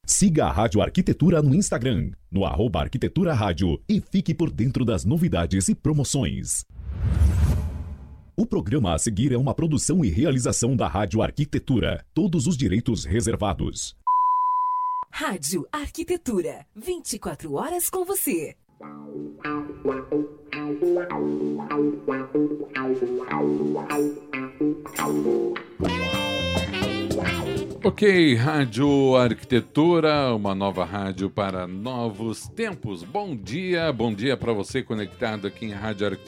Siga a Rádio Arquitetura no Instagram, no @Arquitetura Rádio, e fique por dentro das novidades e promoções. O programa a seguir é uma produção e realização da Rádio Arquitetura. Todos os direitos reservados. Rádio Arquitetura, 24 horas com você. Ok, Rádio Arquitetura, uma nova rádio para novos tempos. Bom dia para você conectado aqui em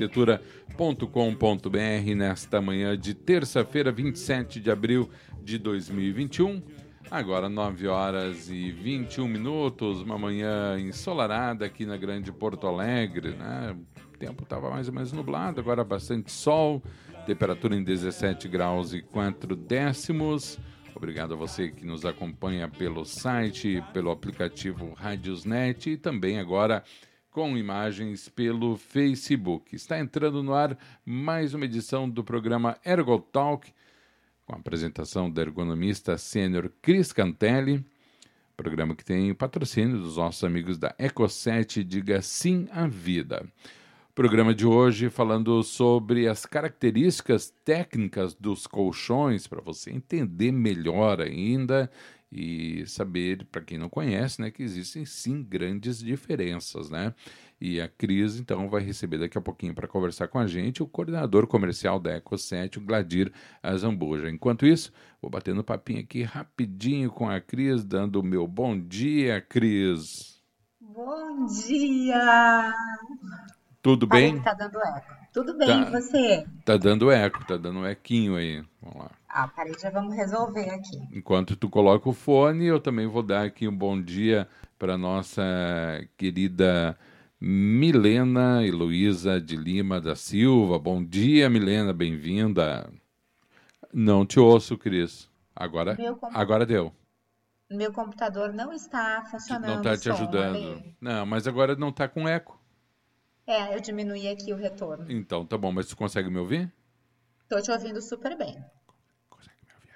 radioarquitetura.com.br nesta manhã de terça-feira, 27 de abril de 2021. Agora 9 horas e 21 minutos, uma manhã ensolarada aqui na Grande Porto Alegre, né? O tempo estava mais ou menos nublado, agora bastante sol, temperatura em 17 graus e 4 décimos. Obrigado a você que nos acompanha pelo site, pelo aplicativo Radiosnet e também agora com imagens pelo Facebook. Está entrando no ar mais uma edição do programa ErgoTalk, com a apresentação da ergonomista sênior Cris Cantelli, programa que tem patrocínio dos nossos amigos da Eco7, Diga Sim à Vida. Programa de hoje falando sobre as características técnicas dos colchões, para você entender melhor ainda e saber, para quem não conhece, né, que existem sim grandes diferenças, né? E a Cris, então, vai receber daqui a pouquinho para conversar com a gente o coordenador comercial da Eco7, o Gladir Azambuja. Enquanto isso, vou batendo papinho aqui rapidinho com a Cris, dando o meu bom dia, Cris. Bom dia! Tudo bem? Que tá dando eco. Tudo bem, e você? Tá dando eco, tá dando um equinho aí. Vamos lá. Peraí, já vamos resolver aqui. Enquanto tu coloca o fone, eu também vou dar aqui um bom dia para nossa querida Milena Heloísa de Lima da Silva. Bom dia, Milena, bem-vinda. Não te ouço, Cris. Agora deu. Meu computador não está funcionando. Não está te ajudando. Não, mas agora não está com eco. Eu diminuí aqui o retorno. Então, tá bom, mas tu consegue me ouvir? Tô te ouvindo super bem. Consegue me ouvir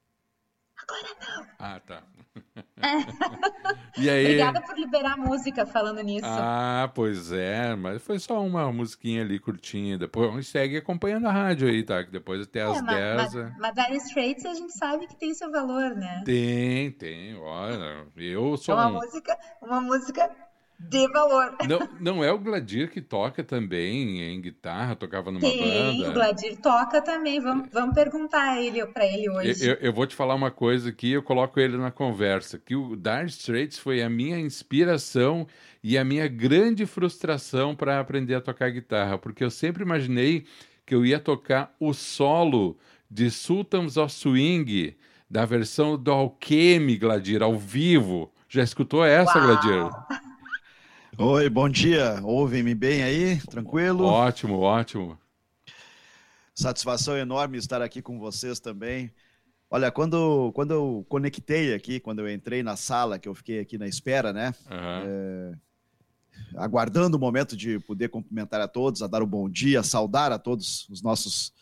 Agora agora? não. Tá. E aí? Obrigada por liberar a música falando nisso. Pois é, mas foi só uma musiquinha ali curtinha. Depois segue acompanhando a rádio aí, tá? Que depois até às 10. Mas Dire Straits a gente sabe que tem seu valor, né? Tem. Olha, eu sou uma música de valor. Não é o Gladir que toca também em guitarra, tocava numa banda? Sim, o Gladir toca também. Vamos perguntar para ele hoje. Eu vou te falar uma coisa aqui, eu coloco ele na conversa, que o Dire Straits foi a minha inspiração e a minha grande frustração para aprender a tocar guitarra, porque eu sempre imaginei que eu ia tocar o solo de Sultans of Swing, da versão do Alchemy, Gladir, ao vivo. Já escutou essa, Uau. Gladir? Oi, bom dia. Ouvem-me bem aí? Tranquilo? Ótimo. Satisfação enorme estar aqui com vocês também. Olha, quando eu conectei aqui, quando eu entrei na sala, que eu fiquei aqui na espera, né? Aguardando o momento de poder cumprimentar a todos, a dar um bom dia, saudar a todos os nossos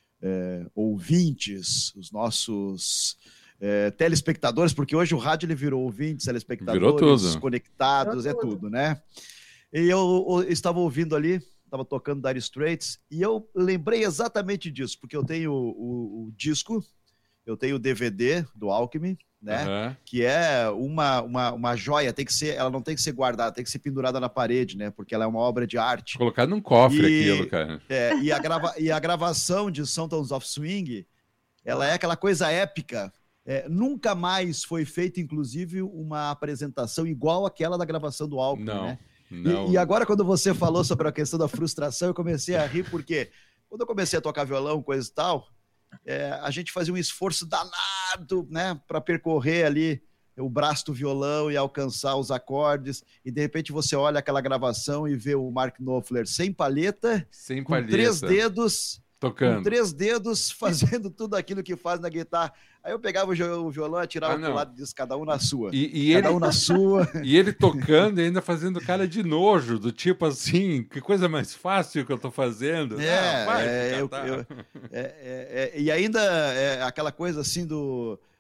ouvintes, os nossos telespectadores, porque hoje o rádio ele virou ouvintes, telespectadores, conectados, tudo, né? E eu estava ouvindo ali, estava tocando Dire Straits, e eu lembrei exatamente disso, porque eu tenho o disco, eu tenho o DVD do Alchemy, né? Que é uma joia, ela não tem que ser guardada, tem que ser pendurada na parede, né? Porque ela é uma obra de arte. Colocado num cofre aquilo, cara. E a gravação de Sultans of Swing, ela é aquela coisa épica. Nunca mais foi feita, inclusive, uma apresentação igual àquela da gravação do Alckmin, né? Não. E agora, quando você falou sobre a questão da frustração, eu comecei a rir, porque quando eu comecei a tocar violão, coisa e tal, a gente fazia um esforço danado, né, para percorrer ali o braço do violão e alcançar os acordes, e de repente você olha aquela gravação e vê o Mark Knopfler sem palheta, com 3 dedos... Tocando. Com 3 dedos, fazendo tudo aquilo que faz na guitarra. Aí eu pegava o violão, atirava pro lado e disse, cada um na sua. Um na sua. E ele tocando e ainda fazendo cara de nojo, do tipo assim, que coisa mais fácil que eu tô fazendo. E ainda aquela coisa assim do...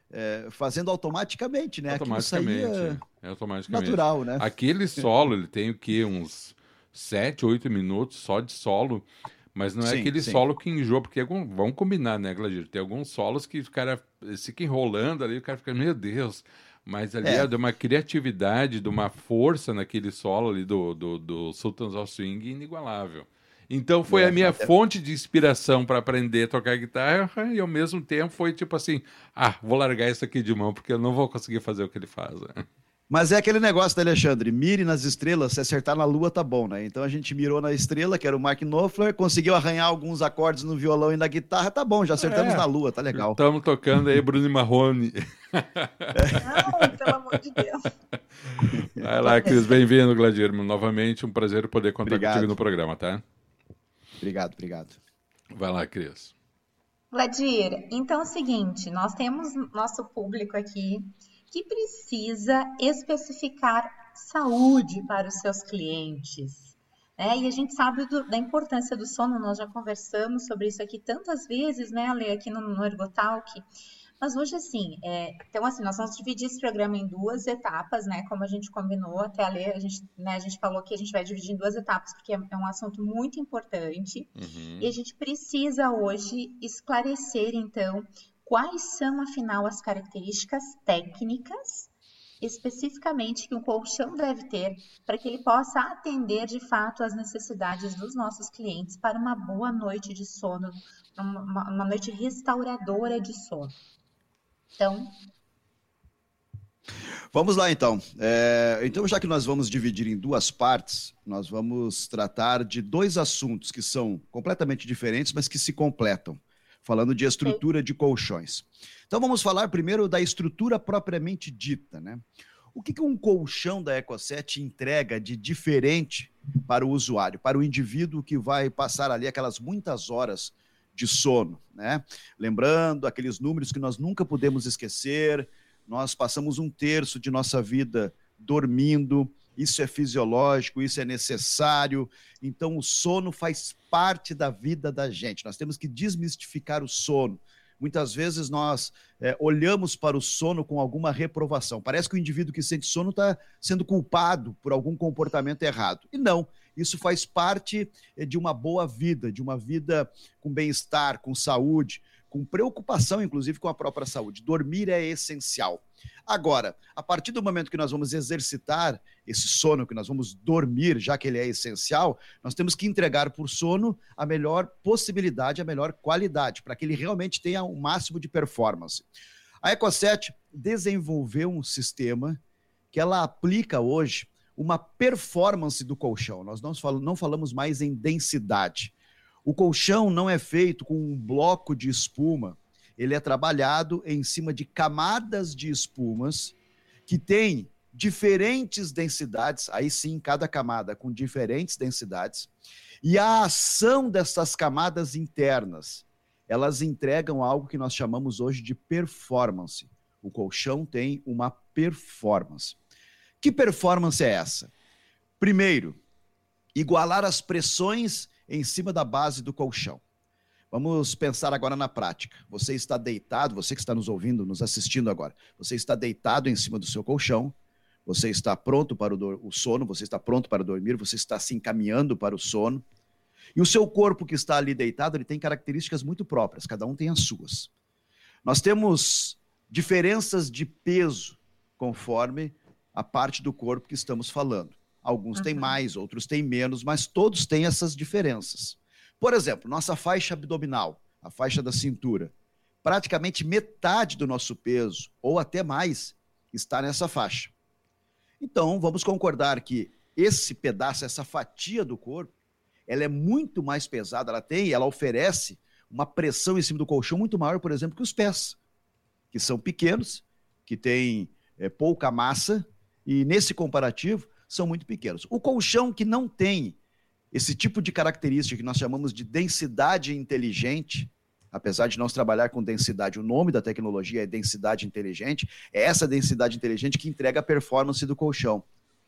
fazendo automaticamente, né? Automaticamente. Automaticamente. Natural, né? Aquele solo, ele tem o quê? Uns 7, 8 minutos só de solo, mas não é aquele solo que enjoa, porque vamos combinar, né, Gladir? Tem alguns solos que o cara fica enrolando ali, o cara fica, meu Deus, mas ali é de uma criatividade, de uma força naquele solo ali do Sultans of Swing inigualável. Então foi a minha fonte de inspiração para aprender a tocar guitarra e ao mesmo tempo foi tipo assim, vou largar isso aqui de mão porque eu não vou conseguir fazer o que ele faz. Mas é aquele negócio, né, Alexandre? Mire nas estrelas, se acertar na lua tá bom, né? Então a gente mirou na estrela, que era o Mark Knopfler, conseguiu arranhar alguns acordes no violão e na guitarra, tá bom, já acertamos na lua, tá legal. Estamos tocando aí Bruno Marrone. Não, pelo amor de Deus. Vai lá, Cris, bem-vindo, Gladir. Novamente, um prazer poder contar contigo no programa, tá? Obrigado. Vai lá, Cris. Gladir, então é o seguinte, nós temos nosso público aqui que precisa especificar saúde para os seus clientes, né? E a gente sabe da importância do sono, nós já conversamos sobre isso aqui tantas vezes, né, Ale, aqui no Ergotalk. Mas hoje, assim, então, assim, nós vamos dividir esse programa em 2 etapas, né? Como a gente combinou, até a gente falou que a gente vai dividir em 2 etapas, porque é um assunto muito importante. Uhum. E a gente precisa hoje esclarecer, então, quais são, afinal, as características técnicas, especificamente, que um colchão deve ter para que ele possa atender, de fato, às necessidades dos nossos clientes para uma boa noite de sono, uma noite restauradora de sono. Então, vamos lá, então. Então, já que nós vamos dividir em 2 partes, nós vamos tratar de 2 assuntos que são completamente diferentes, mas que se completam, falando de estrutura de colchões. Então, vamos falar primeiro da estrutura propriamente dita, né? O que um colchão da Ecoset entrega de diferente para o usuário, para o indivíduo que vai passar ali aquelas muitas horas de sono, né? Lembrando aqueles números que nós nunca podemos esquecer, nós passamos 1/3 de nossa vida dormindo, isso é fisiológico, isso é necessário, então o sono faz parte da vida da gente, nós temos que desmistificar o sono. Muitas vezes nós olhamos para o sono com alguma reprovação, parece que o indivíduo que sente sono está sendo culpado por algum comportamento errado, e não. Isso faz parte de uma boa vida, de uma vida com bem-estar, com saúde, com preocupação, inclusive, com a própria saúde. Dormir é essencial. Agora, a partir do momento que nós vamos exercitar esse sono, que nós vamos dormir, já que ele é essencial, nós temos que entregar por sono a melhor possibilidade, a melhor qualidade, para que ele realmente tenha o máximo de performance. A Ecoset desenvolveu um sistema que ela aplica hoje uma performance do colchão. Nós não falamos mais em densidade. O colchão não é feito com um bloco de espuma, ele é trabalhado em cima de camadas de espumas que têm diferentes densidades, aí sim, cada camada com diferentes densidades, e a ação dessas camadas internas, elas entregam algo que nós chamamos hoje de performance. O colchão tem uma performance. Que performance é essa? Primeiro, igualar as pressões em cima da base do colchão. Vamos pensar agora na prática. Você está deitado, você que está nos ouvindo, nos assistindo agora, você está deitado em cima do seu colchão, você está pronto para o sono, você está pronto para dormir, você está se encaminhando para o sono, e o seu corpo que está ali deitado, ele tem características muito próprias, cada um tem as suas. Nós temos diferenças de peso conforme a parte do corpo que estamos falando. Alguns têm mais, outros têm menos, mas todos têm essas diferenças. Por exemplo, nossa faixa abdominal, a faixa da cintura, praticamente metade do nosso peso, ou até mais, está nessa faixa. Então, vamos concordar que esse pedaço, essa fatia do corpo, ela é muito mais pesada, ela oferece uma pressão em cima do colchão muito maior, por exemplo, que os pés, que são pequenos, que têm pouca massa, e nesse comparativo, são muito pequenos. O colchão que não tem esse tipo de característica que nós chamamos de densidade inteligente, apesar de nós trabalhar com densidade, o nome da tecnologia é densidade inteligente, é essa densidade inteligente que entrega a performance do colchão.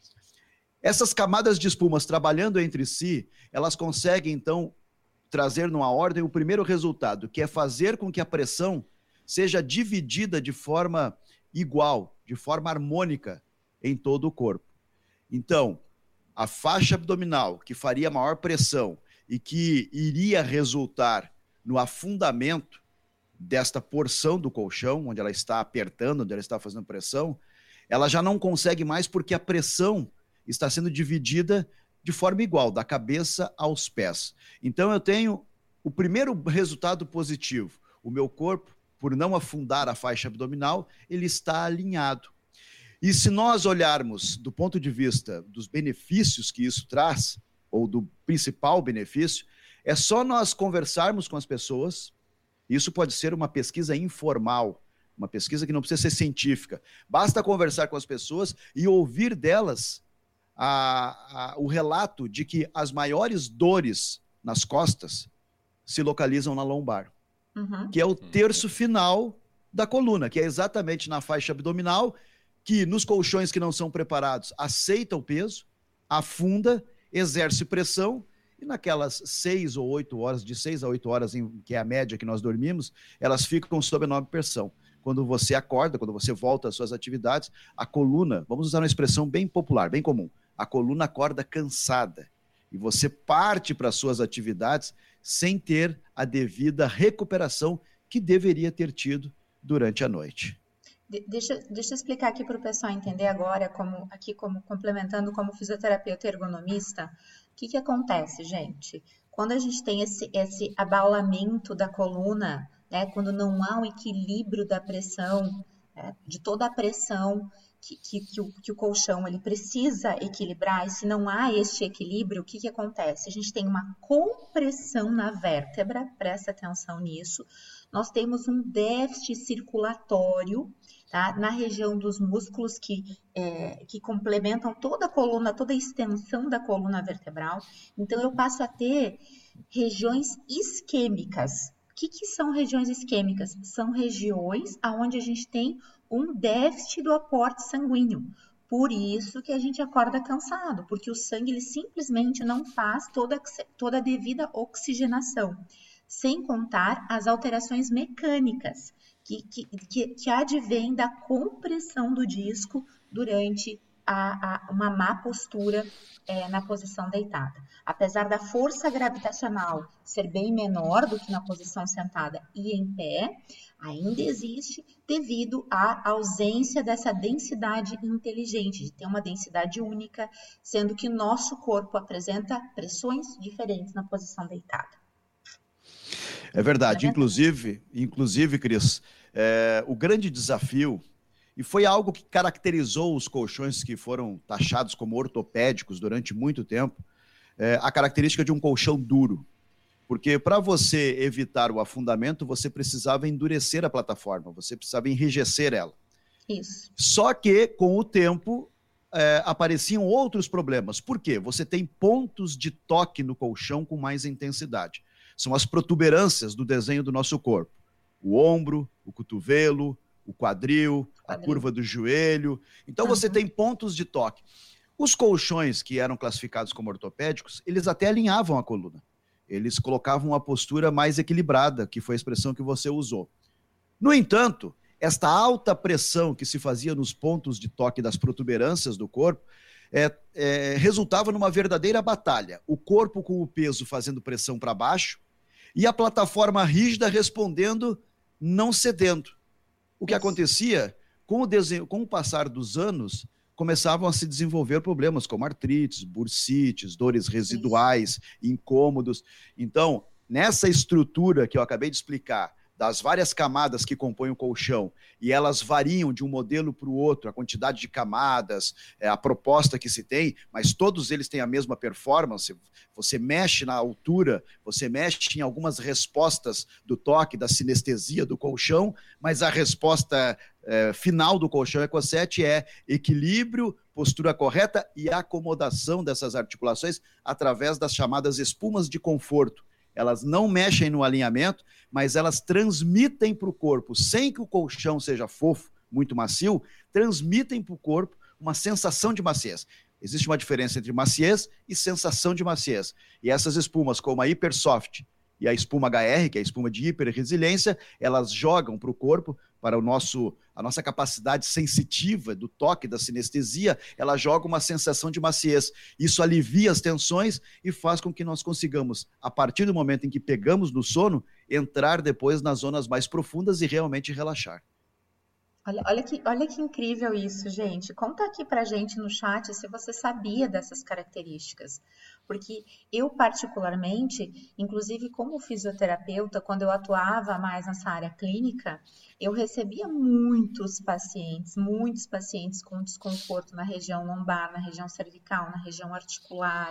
Essas camadas de espumas trabalhando entre si, elas conseguem, então, trazer numa ordem o primeiro resultado, que é fazer com que a pressão seja dividida de forma igual, de forma harmônica em todo o corpo. Então, a faixa abdominal, que faria maior pressão e que iria resultar no afundamento desta porção do colchão, onde ela está apertando, onde ela está fazendo pressão, ela já não consegue mais porque a pressão está sendo dividida de forma igual, da cabeça aos pés. Então eu tenho o primeiro resultado positivo. O meu corpo, por não afundar a faixa abdominal, ele está alinhado. E se nós olharmos do ponto de vista dos benefícios que isso traz, ou do principal benefício, é só nós conversarmos com as pessoas. Isso pode ser uma pesquisa informal, uma pesquisa que não precisa ser científica. Basta conversar com as pessoas e ouvir delas o relato de que as maiores dores nas costas se localizam na lombar, que é o terço final da coluna, que é exatamente na faixa abdominal, que nos colchões que não são preparados aceita o peso, afunda, exerce pressão, e naquelas 6 ou 8 horas, de 6 a 8 horas, que é a média que nós dormimos, elas ficam sob enorme pressão. Quando você acorda, quando você volta às suas atividades, a coluna, vamos usar uma expressão bem popular, bem comum, a coluna acorda cansada. E você parte para as suas atividades sem ter a devida recuperação que deveria ter tido durante a noite. Deixa eu explicar aqui para o pessoal entender agora, como complementando como fisioterapeuta ergonomista, o que acontece, gente? Quando a gente tem esse abaulamento da coluna, né, quando não há um equilíbrio da pressão, de toda a pressão que o colchão ele precisa equilibrar, e se não há este equilíbrio, o que acontece? A gente tem uma compressão na vértebra, presta atenção nisso, nós temos um déficit circulatório, tá, na região dos músculos que complementam toda a coluna, toda a extensão da coluna vertebral. Então, eu passo a ter regiões isquêmicas. O que são regiões isquêmicas? São regiões onde a gente tem um déficit do aporte sanguíneo. Por isso que a gente acorda cansado, porque o sangue ele simplesmente não faz toda a devida oxigenação. Sem contar as alterações mecânicas que advêm da compressão do disco durante uma má postura na posição deitada. Apesar da força gravitacional ser bem menor do que na posição sentada e em pé, ainda existe devido à ausência dessa densidade inteligente, de ter uma densidade única, sendo que nosso corpo apresenta pressões diferentes na posição deitada. É verdade. Inclusive, Cris, o grande desafio, e foi algo que caracterizou os colchões que foram taxados como ortopédicos durante muito tempo, a característica de um colchão duro. Porque para você evitar o afundamento, você precisava endurecer a plataforma, você precisava enrijecer ela. Isso. Só que, com o tempo, apareciam outros problemas. Por quê? Você tem pontos de toque no colchão com mais intensidade. São as protuberâncias do desenho do nosso corpo. O ombro, o cotovelo, o quadril, a curva do joelho. Então, você tem pontos de toque. Os colchões que eram classificados como ortopédicos, eles até alinhavam a coluna. Eles colocavam uma postura mais equilibrada, que foi a expressão que você usou. No entanto, esta alta pressão que se fazia nos pontos de toque das protuberâncias do corpo resultava numa verdadeira batalha. O corpo com o peso fazendo pressão para baixo e a plataforma rígida respondendo, não cedendo. O que acontecia, com o passar dos anos, começavam a se desenvolver problemas como artrites, bursites, dores residuais, incômodos. Então, nessa estrutura que eu acabei de explicar, das várias camadas que compõem o colchão, e elas variam de um modelo para o outro, a quantidade de camadas, a proposta que se tem, mas todos eles têm a mesma performance. Você mexe na altura, você mexe em algumas respostas do toque, da sinestesia do colchão, mas a resposta final do colchão EcoSet é equilíbrio, postura correta e acomodação dessas articulações através das chamadas espumas de conforto. Elas não mexem no alinhamento, mas elas transmitem para o corpo, sem que o colchão seja fofo, muito macio, transmitem para o corpo uma sensação de maciez. Existe uma diferença entre maciez e sensação de maciez. E essas espumas, como a Hypersoft e a espuma HR, que é a espuma de hiperresiliência, elas jogam para o corpo, para a nossa capacidade sensitiva do toque, da sinestesia, ela joga uma sensação de maciez. Isso alivia as tensões e faz com que nós consigamos, a partir do momento em que pegamos no sono, entrar depois nas zonas mais profundas e realmente relaxar. Olha que incrível isso, gente. Conta aqui pra gente no chat se você sabia dessas características. Porque eu, particularmente, inclusive como fisioterapeuta, quando eu atuava mais nessa área clínica, eu recebia muitos pacientes com desconforto na região lombar, na região cervical, na região articular,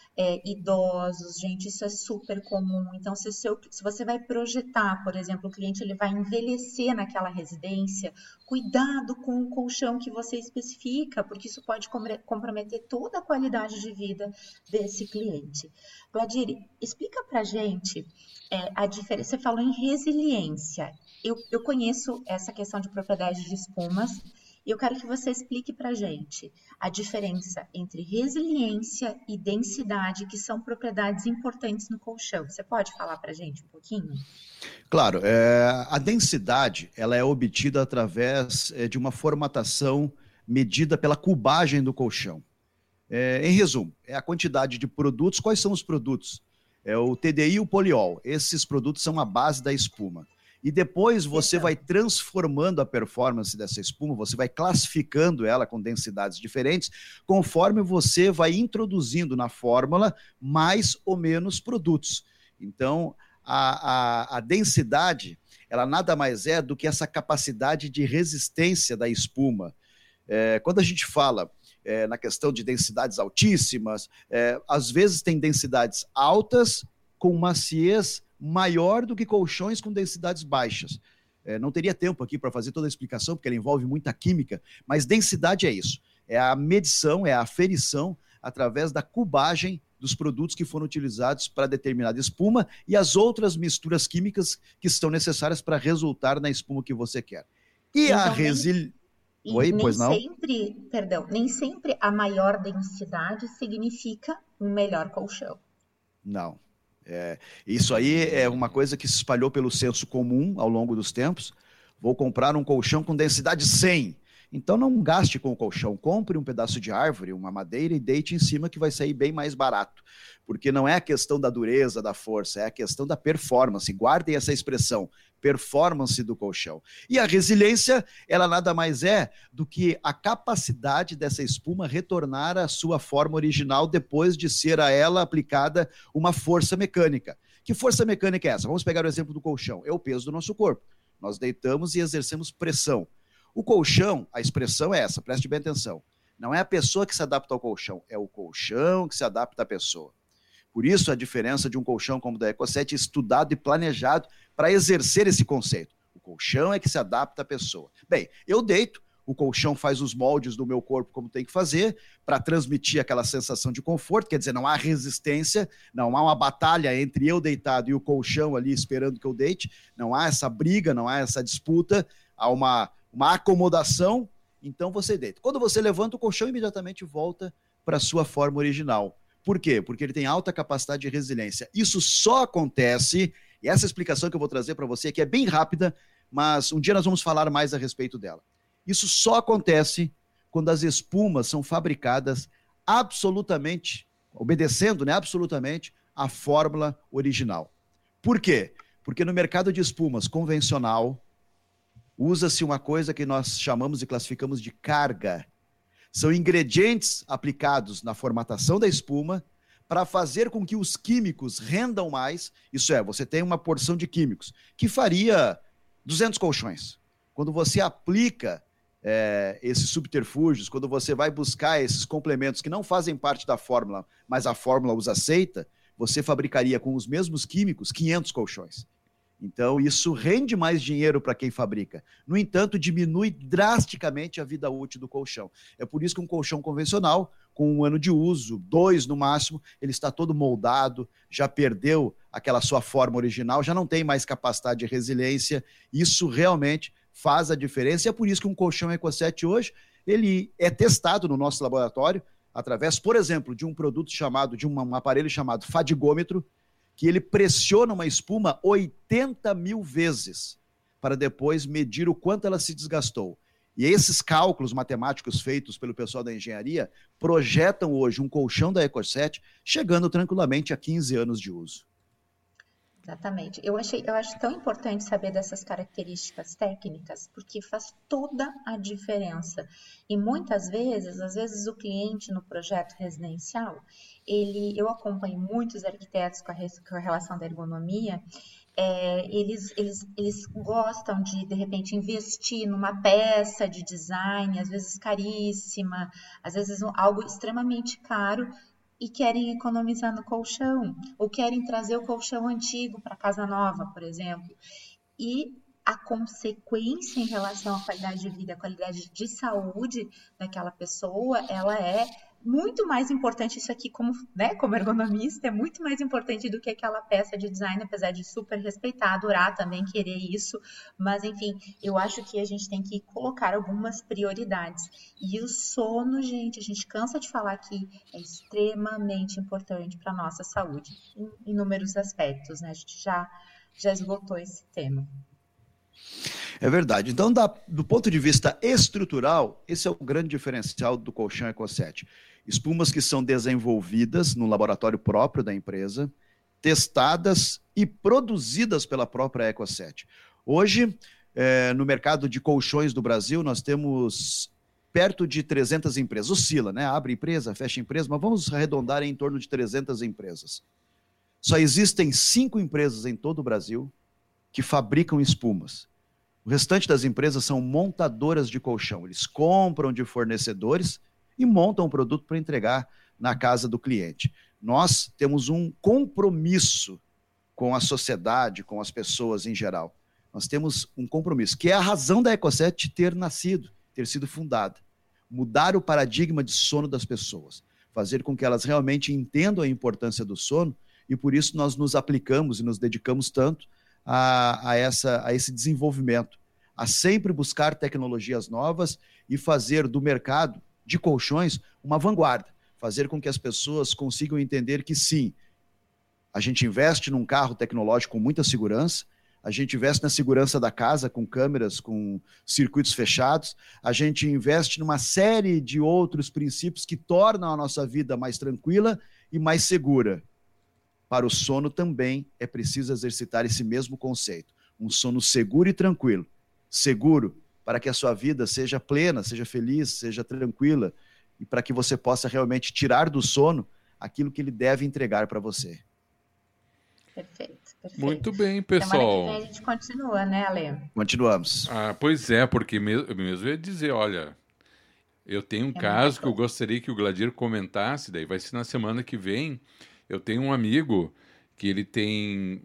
idosos, gente, isso é super comum. Então, se você vai projetar, por exemplo, o cliente ele vai envelhecer naquela residência, cuidado com o colchão que você especifica, porque isso pode comprometer toda a qualidade de vida desse cliente. Vladimir, explica pra gente a diferença. Você falou em resiliência. Eu conheço essa questão de propriedade de espumas, e eu quero que você explique para a gente a diferença entre resiliência e densidade, que são propriedades importantes no colchão. Você pode falar para a gente um pouquinho? Claro. A densidade ela é obtida através de uma formatação medida pela cubagem do colchão. Em resumo, é a quantidade de produtos. Quais são os produtos? É o TDI e o poliol. Esses produtos são a base da espuma. E depois você vai transformando a performance dessa espuma, você vai classificando ela com densidades diferentes, conforme você vai introduzindo na fórmula mais ou menos produtos. Então, a densidade, ela nada mais é do que essa capacidade de resistência da espuma. Quando a gente fala na questão de densidades altíssimas, às vezes tem densidades altas com maciez maior do que colchões com densidades baixas. Não teria tempo aqui para fazer toda a explicação, porque ela envolve muita química, mas densidade é isso. É a medição, é a aferição através da cubagem dos produtos que foram utilizados para determinada espuma e as outras misturas químicas que estão necessárias para resultar na espuma que você quer. E então, a resiliência... Nem sempre a maior densidade significa um melhor colchão. Não. Isso aí é uma coisa que se espalhou pelo senso comum ao longo dos tempos. Vou comprar um colchão com densidade 100. Então não gaste com o colchão, compre um pedaço de árvore, uma madeira e deite em cima que vai sair bem mais barato. Porque não é a questão da dureza, da força, é a questão da performance. Guardem essa expressão, performance do colchão. E a resiliência, ela nada mais é do que a capacidade dessa espuma retornar à sua forma original depois de ser a ela aplicada uma força mecânica. Que força mecânica é essa? Vamos pegar o exemplo do colchão. É o peso do nosso corpo. Nós deitamos e exercemos pressão. O colchão, a expressão é essa, preste bem atenção. Não é a pessoa que se adapta ao colchão, é o colchão que se adapta à pessoa. Por isso a diferença de um colchão como o da Ecosset estudado e planejado para exercer esse conceito. O colchão é que se adapta à pessoa. Bem, eu deito, o colchão faz os moldes do meu corpo como tem que fazer para transmitir aquela sensação de conforto, quer dizer, não há resistência, não há uma batalha entre eu deitado e o colchão ali esperando que eu deite, não há essa briga, não há essa disputa, há uma acomodação, então você deita. Quando você levanta, o colchão imediatamente volta para a sua forma original. Por quê? Porque ele tem alta capacidade de resiliência. Isso só acontece, e essa explicação que eu vou trazer para você aqui é bem rápida, mas um dia nós vamos falar mais a respeito dela. Isso só acontece quando as espumas são fabricadas absolutamente, obedecendo, né, absolutamente a fórmula original. Por quê? Porque no mercado de espumas convencional, usa-se uma coisa que nós chamamos e classificamos de carga. São ingredientes aplicados na formatação da espuma para fazer com que os químicos rendam mais. Isso é, você tem uma porção de químicos que faria 200 colchões. Quando você aplica esses subterfúgios, quando você vai buscar esses complementos que não fazem parte da fórmula, mas a fórmula os aceita, você fabricaria com os mesmos químicos 500 colchões. Então, isso rende mais dinheiro para quem fabrica. No entanto, diminui drasticamente a vida útil do colchão. É por isso que um colchão convencional, com 1 ano de uso, 2 no máximo, ele está todo moldado, já perdeu aquela sua forma original, já não tem mais capacidade de resiliência. Isso realmente faz a diferença. E é por isso que um colchão Ecosset hoje, ele é testado no nosso laboratório, através, por exemplo, de um produto chamado, de um aparelho chamado fadigômetro, que ele pressiona uma espuma 80 mil vezes para depois medir o quanto ela se desgastou. E esses cálculos matemáticos feitos pelo pessoal da engenharia projetam hoje um colchão da Eco7 chegando tranquilamente a 15 anos de uso. Exatamente. Eu acho tão importante saber dessas características técnicas, porque faz toda a diferença. E muitas vezes, às vezes o cliente no projeto residencial, eu acompanho muitos arquitetos com a relação da ergonomia, eles gostam de repente, investir numa peça de design, às vezes caríssima, às vezes algo extremamente caro, e querem economizar no colchão, ou querem trazer o colchão antigo para casa nova, por exemplo. E a consequência em relação à qualidade de vida, à qualidade de saúde daquela pessoa, ela é muito mais importante. Isso aqui, como ergonomista, é muito mais importante do que aquela peça de design, apesar de super respeitar, adorar também, querer isso. Mas, enfim, eu acho que a gente tem que colocar algumas prioridades. E o sono, gente, a gente cansa de falar aqui, é extremamente importante para a nossa saúde, em inúmeros aspectos, né? A gente já esgotou esse tema. É verdade. Então, do ponto de vista estrutural, esse é o grande diferencial do colchão Eco7. Espumas que são desenvolvidas no laboratório próprio da empresa, testadas e produzidas pela própria Eco7. Hoje, no mercado de colchões do Brasil, nós temos perto de 300 empresas. Oscila, né? Abre empresa, fecha empresa, mas vamos arredondar em torno de 300 empresas. Só existem 5 empresas em todo o Brasil que fabricam espumas. O restante das empresas são montadoras de colchão. Eles compram de fornecedores e montam o produto para entregar na casa do cliente. Nós temos um compromisso com a sociedade, com as pessoas em geral. Nós temos um compromisso, que é a razão da Eco7 ter sido fundada. Mudar o paradigma de sono das pessoas. Fazer com que elas realmente entendam a importância do sono, e por isso nós nos aplicamos e nos dedicamos tanto a esse desenvolvimento, a sempre buscar tecnologias novas e fazer do mercado de colchões uma vanguarda, fazer com que as pessoas consigam entender que sim, a gente investe num carro tecnológico com muita segurança, a gente investe na segurança da casa com câmeras, com circuitos fechados, a gente investe numa série de outros princípios que tornam a nossa vida mais tranquila e mais segura. Para o sono também é preciso exercitar esse mesmo conceito. Um sono seguro e tranquilo. Seguro para que a sua vida seja plena, seja feliz, seja tranquila e para que você possa realmente tirar do sono aquilo que ele deve entregar para você. Perfeito. Muito bem, pessoal. Semana que vem a gente continua, né, Ale? Continuamos. Pois é, porque mesmo ia dizer, olha, eu tenho um caso que eu gostaria que o Gladir comentasse, daí vai ser na semana que vem. Eu tenho um amigo que ele tem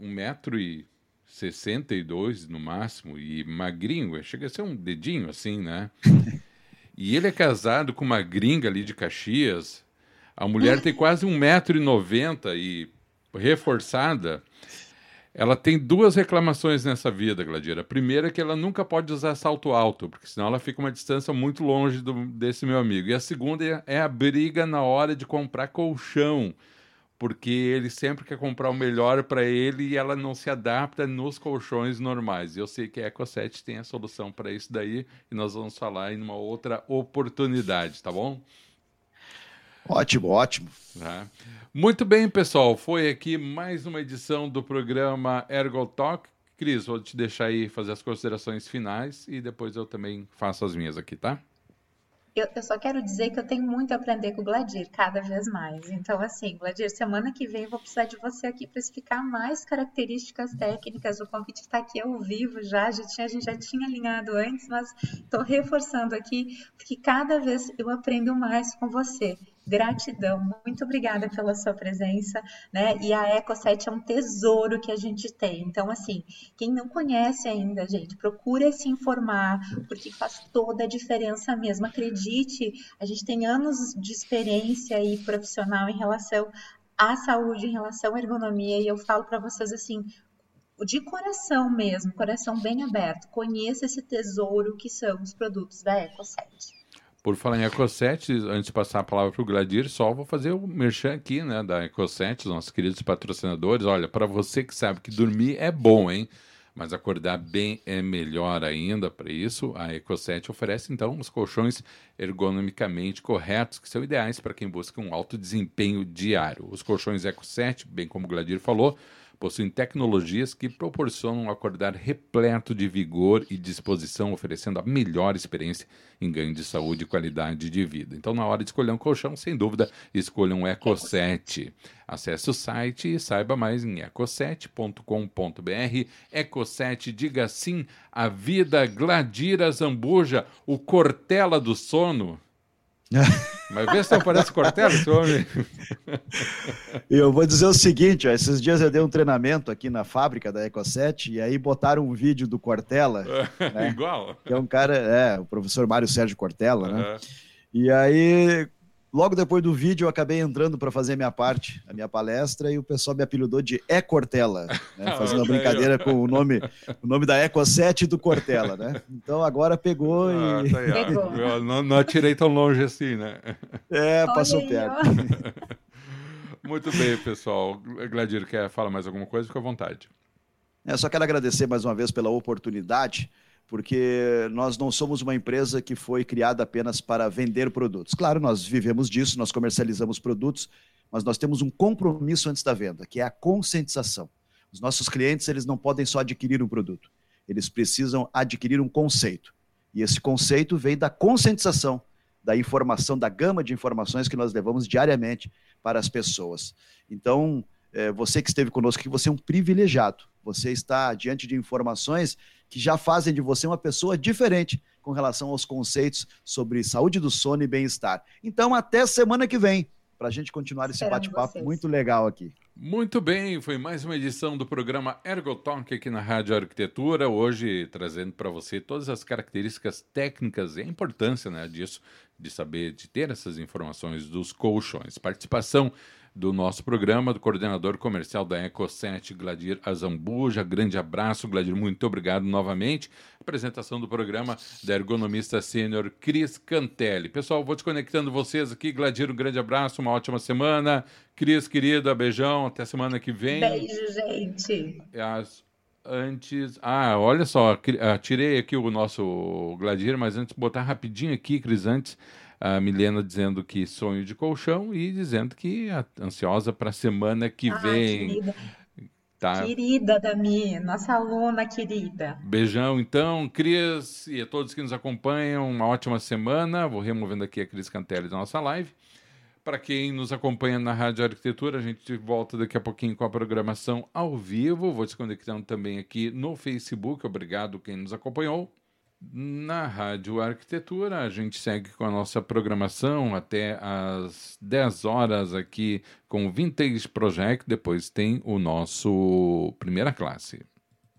1,62 m no máximo e magrinho, chega a ser um dedinho assim, né? E ele é casado com uma gringa ali de Caxias. A mulher tem quase 1,90 m e reforçada. Ela tem 2 reclamações nessa vida, Gladir. A primeira é que ela nunca pode usar salto alto, porque senão ela fica uma distância muito longe desse meu amigo. E a segunda é a briga na hora de comprar colchão, porque ele sempre quer comprar o melhor para ele e ela não se adapta nos colchões normais. Eu sei que a Eco7 tem a solução para isso daí e nós vamos falar em uma outra oportunidade, tá bom? Ótimo, ótimo. Tá. Muito bem, pessoal. Foi aqui mais uma edição do programa Ergo Talk. Cris, vou te deixar aí fazer as considerações finais e depois eu também faço as minhas aqui, tá? Eu só quero dizer que eu tenho muito a aprender com o Gladir, cada vez mais. Então, assim, Gladir, semana que vem eu vou precisar de você aqui para explicar mais características técnicas. O convite está aqui ao vivo já, a gente já tinha alinhado antes, mas estou reforçando aqui, porque cada vez eu aprendo mais com você. Gratidão, muito obrigada pela sua presença, né? E a Eco7 é um tesouro que a gente tem. Então, assim, quem não conhece ainda, gente, procura se informar, porque faz toda a diferença mesmo. Acredite, a gente tem anos de experiência aí profissional em relação à saúde, em relação à ergonomia, e eu falo para vocês assim, de coração mesmo, coração bem aberto, conheça esse tesouro que são os produtos da Eco7. Por falar em Ecosset, antes de passar a palavra para o Gladir, só vou fazer o merchan aqui, né, da Ecosset, os nossos queridos patrocinadores. Olha, para você que sabe que dormir é bom, hein? Mas acordar bem é melhor ainda. Para isso, a Ecosset oferece, então, os colchões ergonomicamente corretos, que são ideais para quem busca um alto desempenho diário. Os colchões Ecosset, bem como o Gladir falou, possuem tecnologias que proporcionam um acordar repleto de vigor e disposição, oferecendo a melhor experiência em ganho de saúde e qualidade de vida. Então, na hora de escolher um colchão, sem dúvida, escolha um Ecosset. Acesse o site e saiba mais em ecosset.com.br. Ecosset, diga sim à vida. Gladir Azambuja, o Cortella do sono. Mas vê se não parece Cortella, esse homem. Eu vou dizer o seguinte, ó, esses dias eu dei um treinamento aqui na fábrica da Ecosset e aí botaram um vídeo do Cortella. Né, igual. que é um cara, o professor Mário Sérgio Cortella, né? E aí, logo depois do vídeo, eu acabei entrando para fazer a minha palestra, e o pessoal me apelidou de Cortella, né? Fazendo uma brincadeira com o nome da Ecosset e do Cortella, né? Então agora pegou e... Tá aí, pegou. Eu não atirei tão longe assim, né? Passou perto. Muito bem, pessoal. Gladir, quer falar mais alguma coisa? Fica à vontade. Eu só quero agradecer mais uma vez pela oportunidade, porque nós não somos uma empresa que foi criada apenas para vender produtos. Claro, nós vivemos disso, nós comercializamos produtos, mas nós temos um compromisso antes da venda, que é a conscientização. Os nossos clientes, eles não podem só adquirir um produto, eles precisam adquirir um conceito. E esse conceito vem da conscientização, da informação, da gama de informações que nós levamos diariamente para as pessoas. Então, você que esteve conosco aqui, você é um privilegiado. Você está diante de informações que já fazem de você uma pessoa diferente com relação aos conceitos sobre saúde do sono e bem-estar. Então, até semana que vem, para a gente continuar esse bate-papo muito legal aqui. Muito bem, foi mais uma edição do programa Ergotalk aqui na Rádio Arquitetura, hoje trazendo para você todas as características técnicas e a importância, né, disso, de saber, de ter essas informações dos colchões. Participação do nosso programa, do coordenador comercial da Ecosset, Gladir Azambuja. Grande abraço, Gladir, muito obrigado novamente. Apresentação do programa da ergonomista sênior Cris Cantelli. Pessoal, vou desconectando vocês aqui. Gladir, um grande abraço, uma ótima semana. Cris, querida, beijão, até semana que vem. Beijo, gente. Olha só, tirei aqui o nosso Gladir, mas antes, botar rapidinho aqui, Cris, antes... A Milena dizendo que sonho de colchão e dizendo que ansiosa para a semana que vem. Querida. Tá. Querida Dami, nossa aluna querida. Beijão, então, Cris, e a todos que nos acompanham, uma ótima semana. Vou removendo aqui a Cris Cantelli da nossa live. Para quem nos acompanha na Rádio Arquitetura, a gente volta daqui a pouquinho com a programação ao vivo. Vou desconectando também aqui no Facebook. Obrigado quem nos acompanhou. Na Rádio Arquitetura, a gente segue com a nossa programação até às 10 horas aqui com o Vintage Project, depois tem o nosso Primeira Classe.